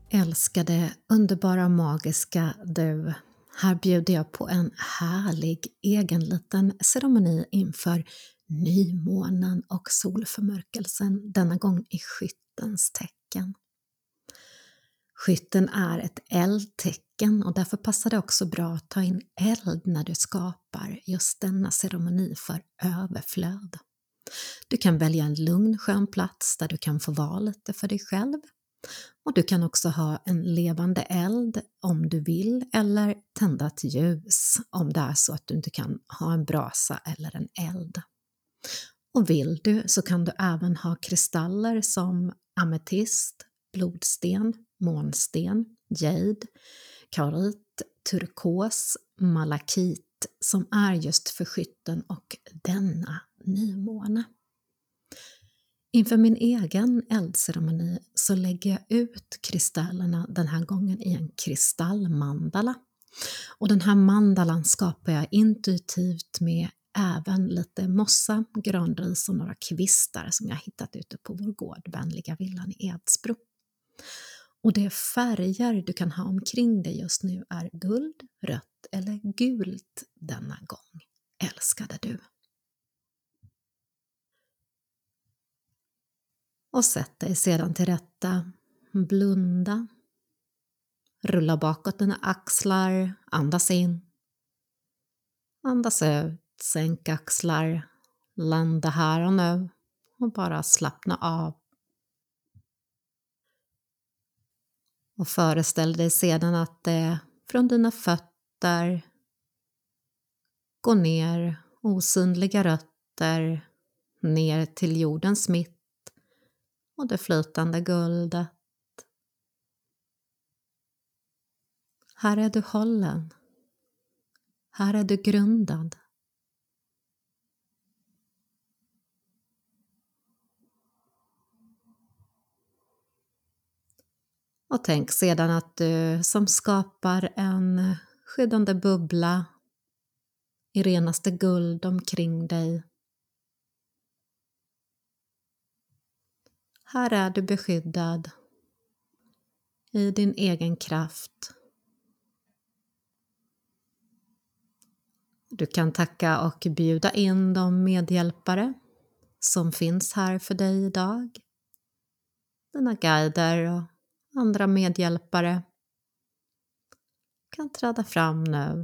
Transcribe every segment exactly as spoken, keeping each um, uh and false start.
Älskade, underbara, magiska du. Här bjuder jag på en härlig egen liten ceremoni inför nymånen och solförmörkelsen, denna gång i Skyttens tecken. Skytten är ett eldtecken och därför passar det också bra att ta in eld när du skapar just denna ceremoni för överflöd. Du kan välja en lugn, skön plats där du kan få vara lite för dig själv. Och du kan också ha en levande eld om du vill, eller tända ett ljus om det är så att du inte kan ha en brasa eller en eld. Och vill du så kan du även ha kristaller som ametist, blodsten, månsten, jade, kaorit, turkos, malakit som är just för skytten och denna nymåne. Inför min egen eldceremoni så lägger jag ut kristallerna den här gången i en kristallmandala. Och den här mandalan skapar jag intuitivt med även lite mossa, granris och några kvistar som jag hittat ute på vår gård, vänliga villan i Edsbro. Och de färger du kan ha omkring dig just nu är guld, rött eller gult denna gång, älskade du. Och sätt dig sedan till rätta, blunda, rulla bakåt dina axlar, andas in, andas ut, sänk axlar, landa här och nu och bara slappna av. Och föreställ dig sedan att det från dina fötter går ner osynliga rötter ner till jordens mitt och det flytande guldet. Här är du hållen. Här är du grundad. Och tänk sedan att du som skapar en skyddande bubbla i renaste guld omkring dig. Här är du beskyddad i din egen kraft. Du kan tacka och bjuda in de medhjälpare som finns här för dig idag. Dina guider och andra medhjälpare kan träda fram nu.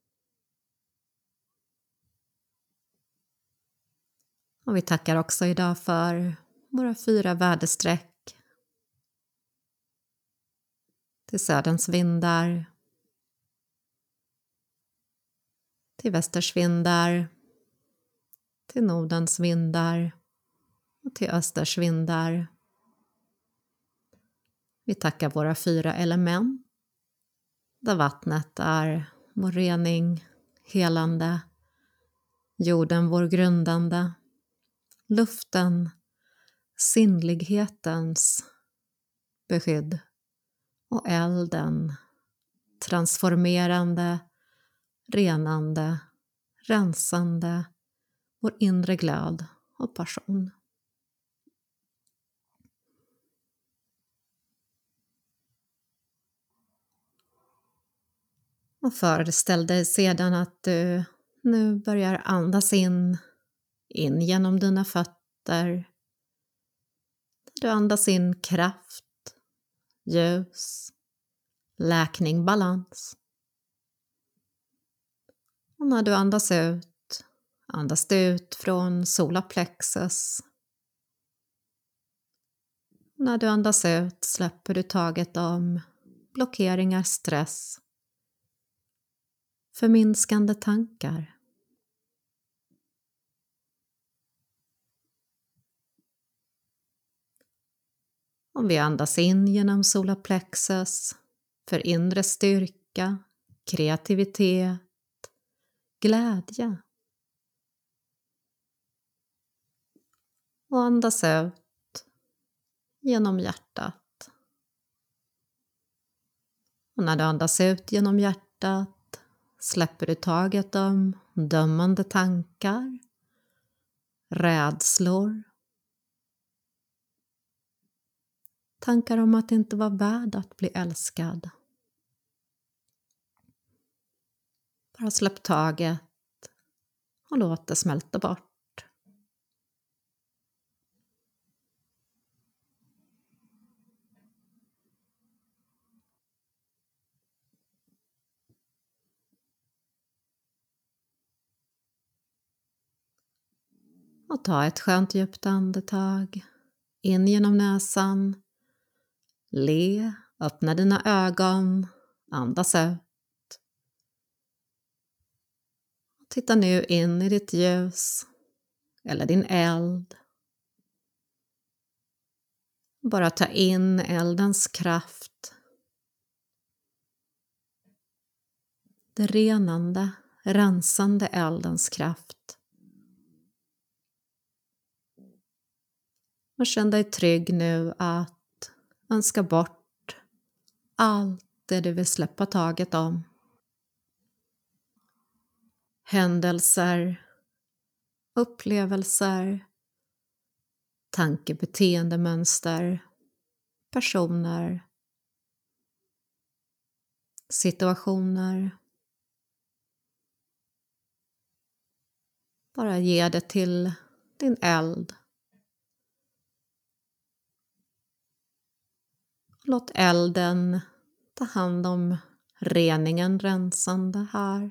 Och vi tackar också idag för våra fyra väderstreck. Till söderns vindar, till västers vindar, till nordens vindar och till östers vindar. Vi tackar våra fyra element, där vattnet är vår rening, helande, jorden vår grundande, luften sinnlighetens beskydd och elden transformerande, renande, rensande, vår inre glöd och passion. Och föreställ dig sedan att du nu börjar andas in, in genom dina fötter. Du andas in kraft, ljus, läkning, balans. Och när du andas ut, andas du ut från solarplexus. När du andas ut släpper du taget om blockeringar, stress, förminskande tankar. Om vi andas in genom solarplexus för inre styrka, kreativitet, glädje. Och andas ut genom hjärtat. Och när du andas ut genom hjärtat släpper du taget om dömande tankar, rädslor, tankar om att inte vara värd att bli älskad. Bara släpp taget och låt det smälta bort. Och ta ett skönt djupt andetag. In genom näsan. Le, öppna dina ögon. Andas ut. Titta nu in i ditt ljus eller din eld. Bara ta in eldens kraft. Det renande, rensande eldens kraft. Och känn dig trygg nu att önska bort allt det du vill släppa taget om. Händelser, upplevelser, tankebeteendemönster, personer, situationer. Bara ge det till din eld. Låt elden ta hand om reningen, rensande här.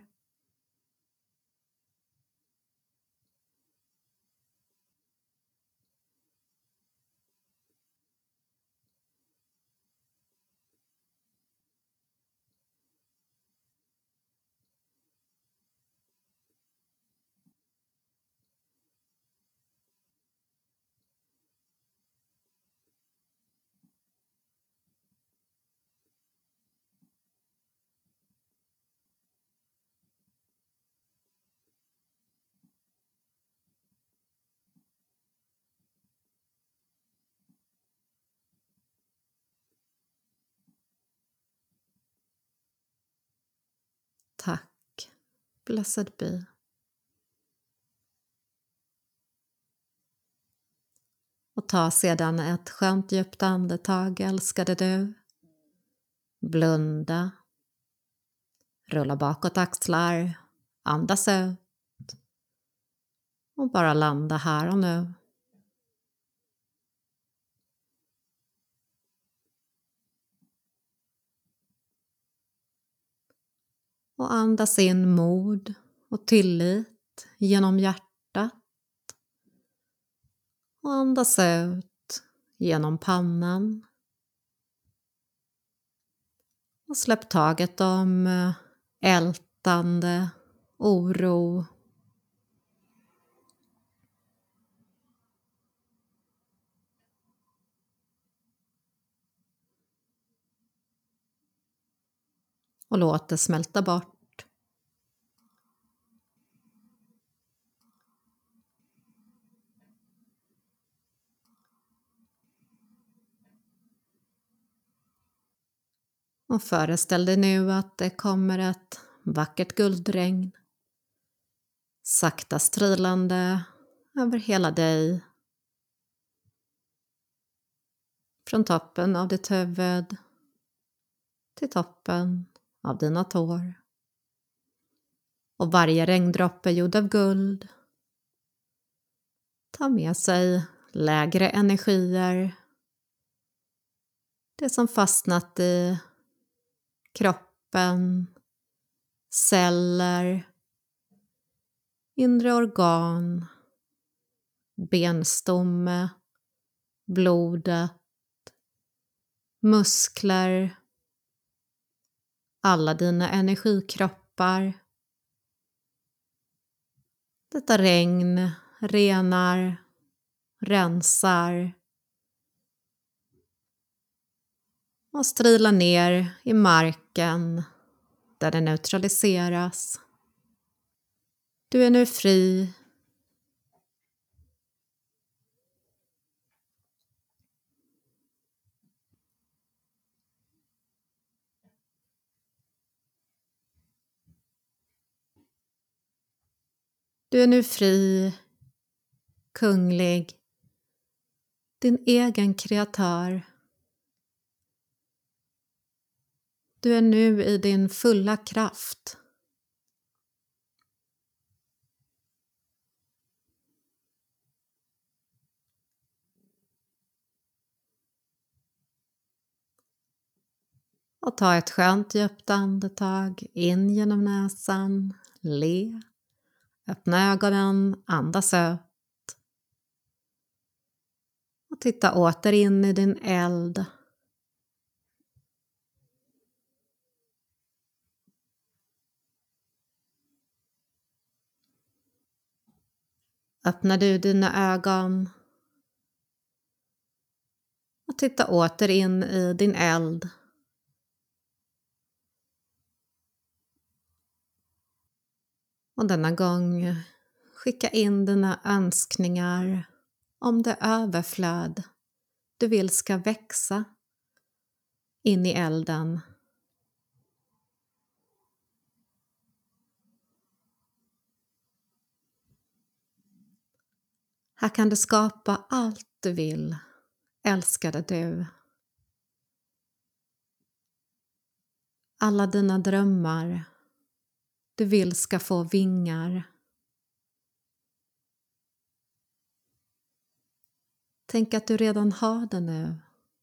Tack, blessed be. Och ta sedan ett skönt djupt andetag, älskade du. Blunda. Rulla bakåt axlar. Andas ut. Och bara landa här och nu. Och andas in mod och tillit genom hjärtat. Och andas ut genom pannan. Och släpp taget om ältande, oro. Och låt det smälta bort. Och föreställ dig nu att det kommer ett vackert guldregn. Sakta strilande över hela dig. Från toppen av ditt huvud till toppen av dina tår. Och varje regndroppe gjord av guld tar med sig lägre energier. Det som fastnat i kroppen, celler, inre organ, benstomme, blodet, muskler, alla dina energikroppar. Detta regn renar, rensar och strilar ner i marken där det neutraliseras. Du är nu fri. Du är nu fri, kunglig, din egen kreatör, Du är nu i din fulla kraft. Och ta ett skönt djupt andetag in genom näsan. Le. Öppna ögonen, andas ut. Och titta åter in i din eld. Öppnar du dina ögon och titta åter in i din eld. Och denna gång skicka in dina önskningar om det överflöd du vill ska växa in i elden. Här kan du skapa allt du vill, älskade du. Alla dina drömmar du vill ska få vingar. Tänk att du redan har det nu.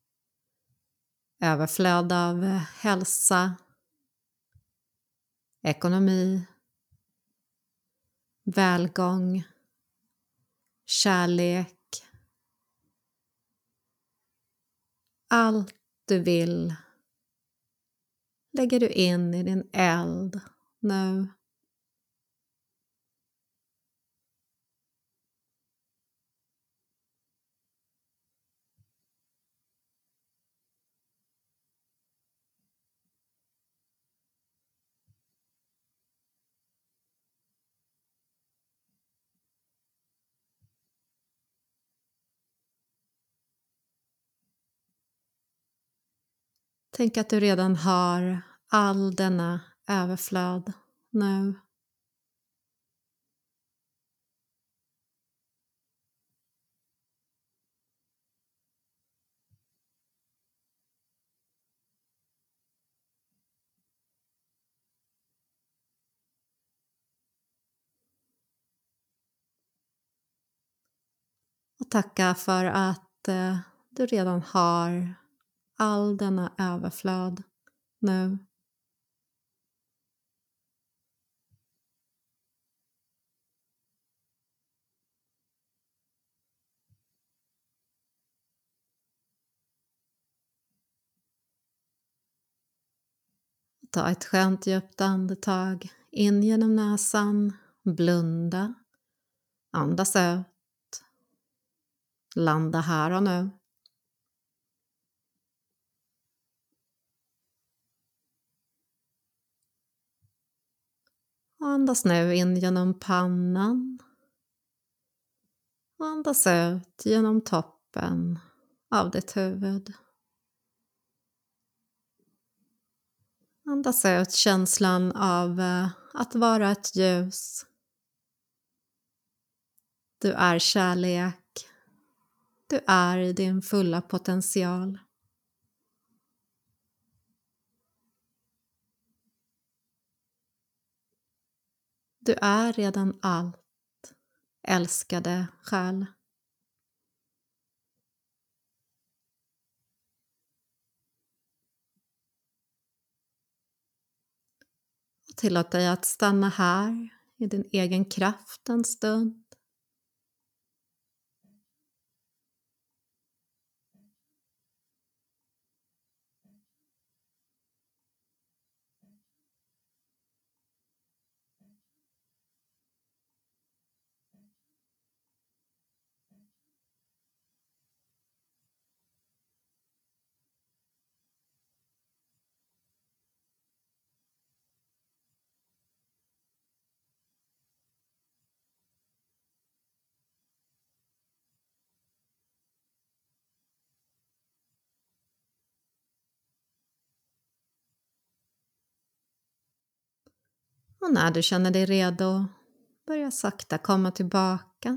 Överflöd av hälsa, ekonomi, välgång, kärlek. Allt du vill lägger du in i din eld nu. Tänk att du redan har all denna överflöd nu. Och tacka för att eh, du redan har all denna överflöd nu. Ta ett skönt djupt andetag in genom näsan, blunda, andas ut, landa här och nu. Och andas nu in genom pannan och andas ut genom toppen av ditt huvud. Andas ut känslan av eh, att vara ett ljus. Du är kärlek. Du är i din fulla potential. Du är redan allt, älskade själ. Och tillåt dig att stanna här i din egen kraft en stund. Och när du känner dig redo, börja sakta komma tillbaka.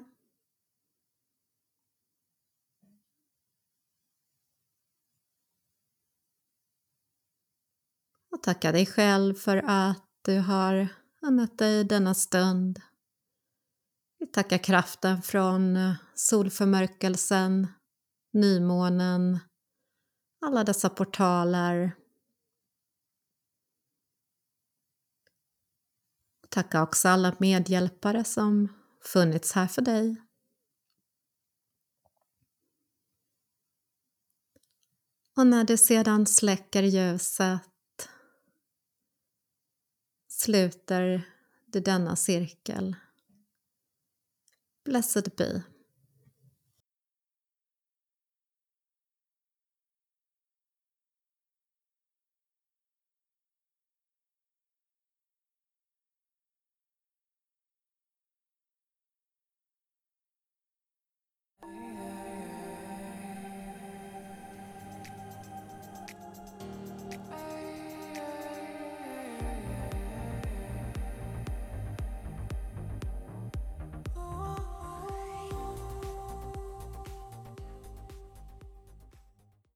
Och tacka dig själv för att du har unnat dig denna stund. Vi tackar kraften från solförmörkelsen, nymånen, alla dessa portaler. Tacka också alla medhjälpare som funnits här för dig. Och när du sedan släcker ljuset sluter du denna cirkel. Blessed be. Yeah.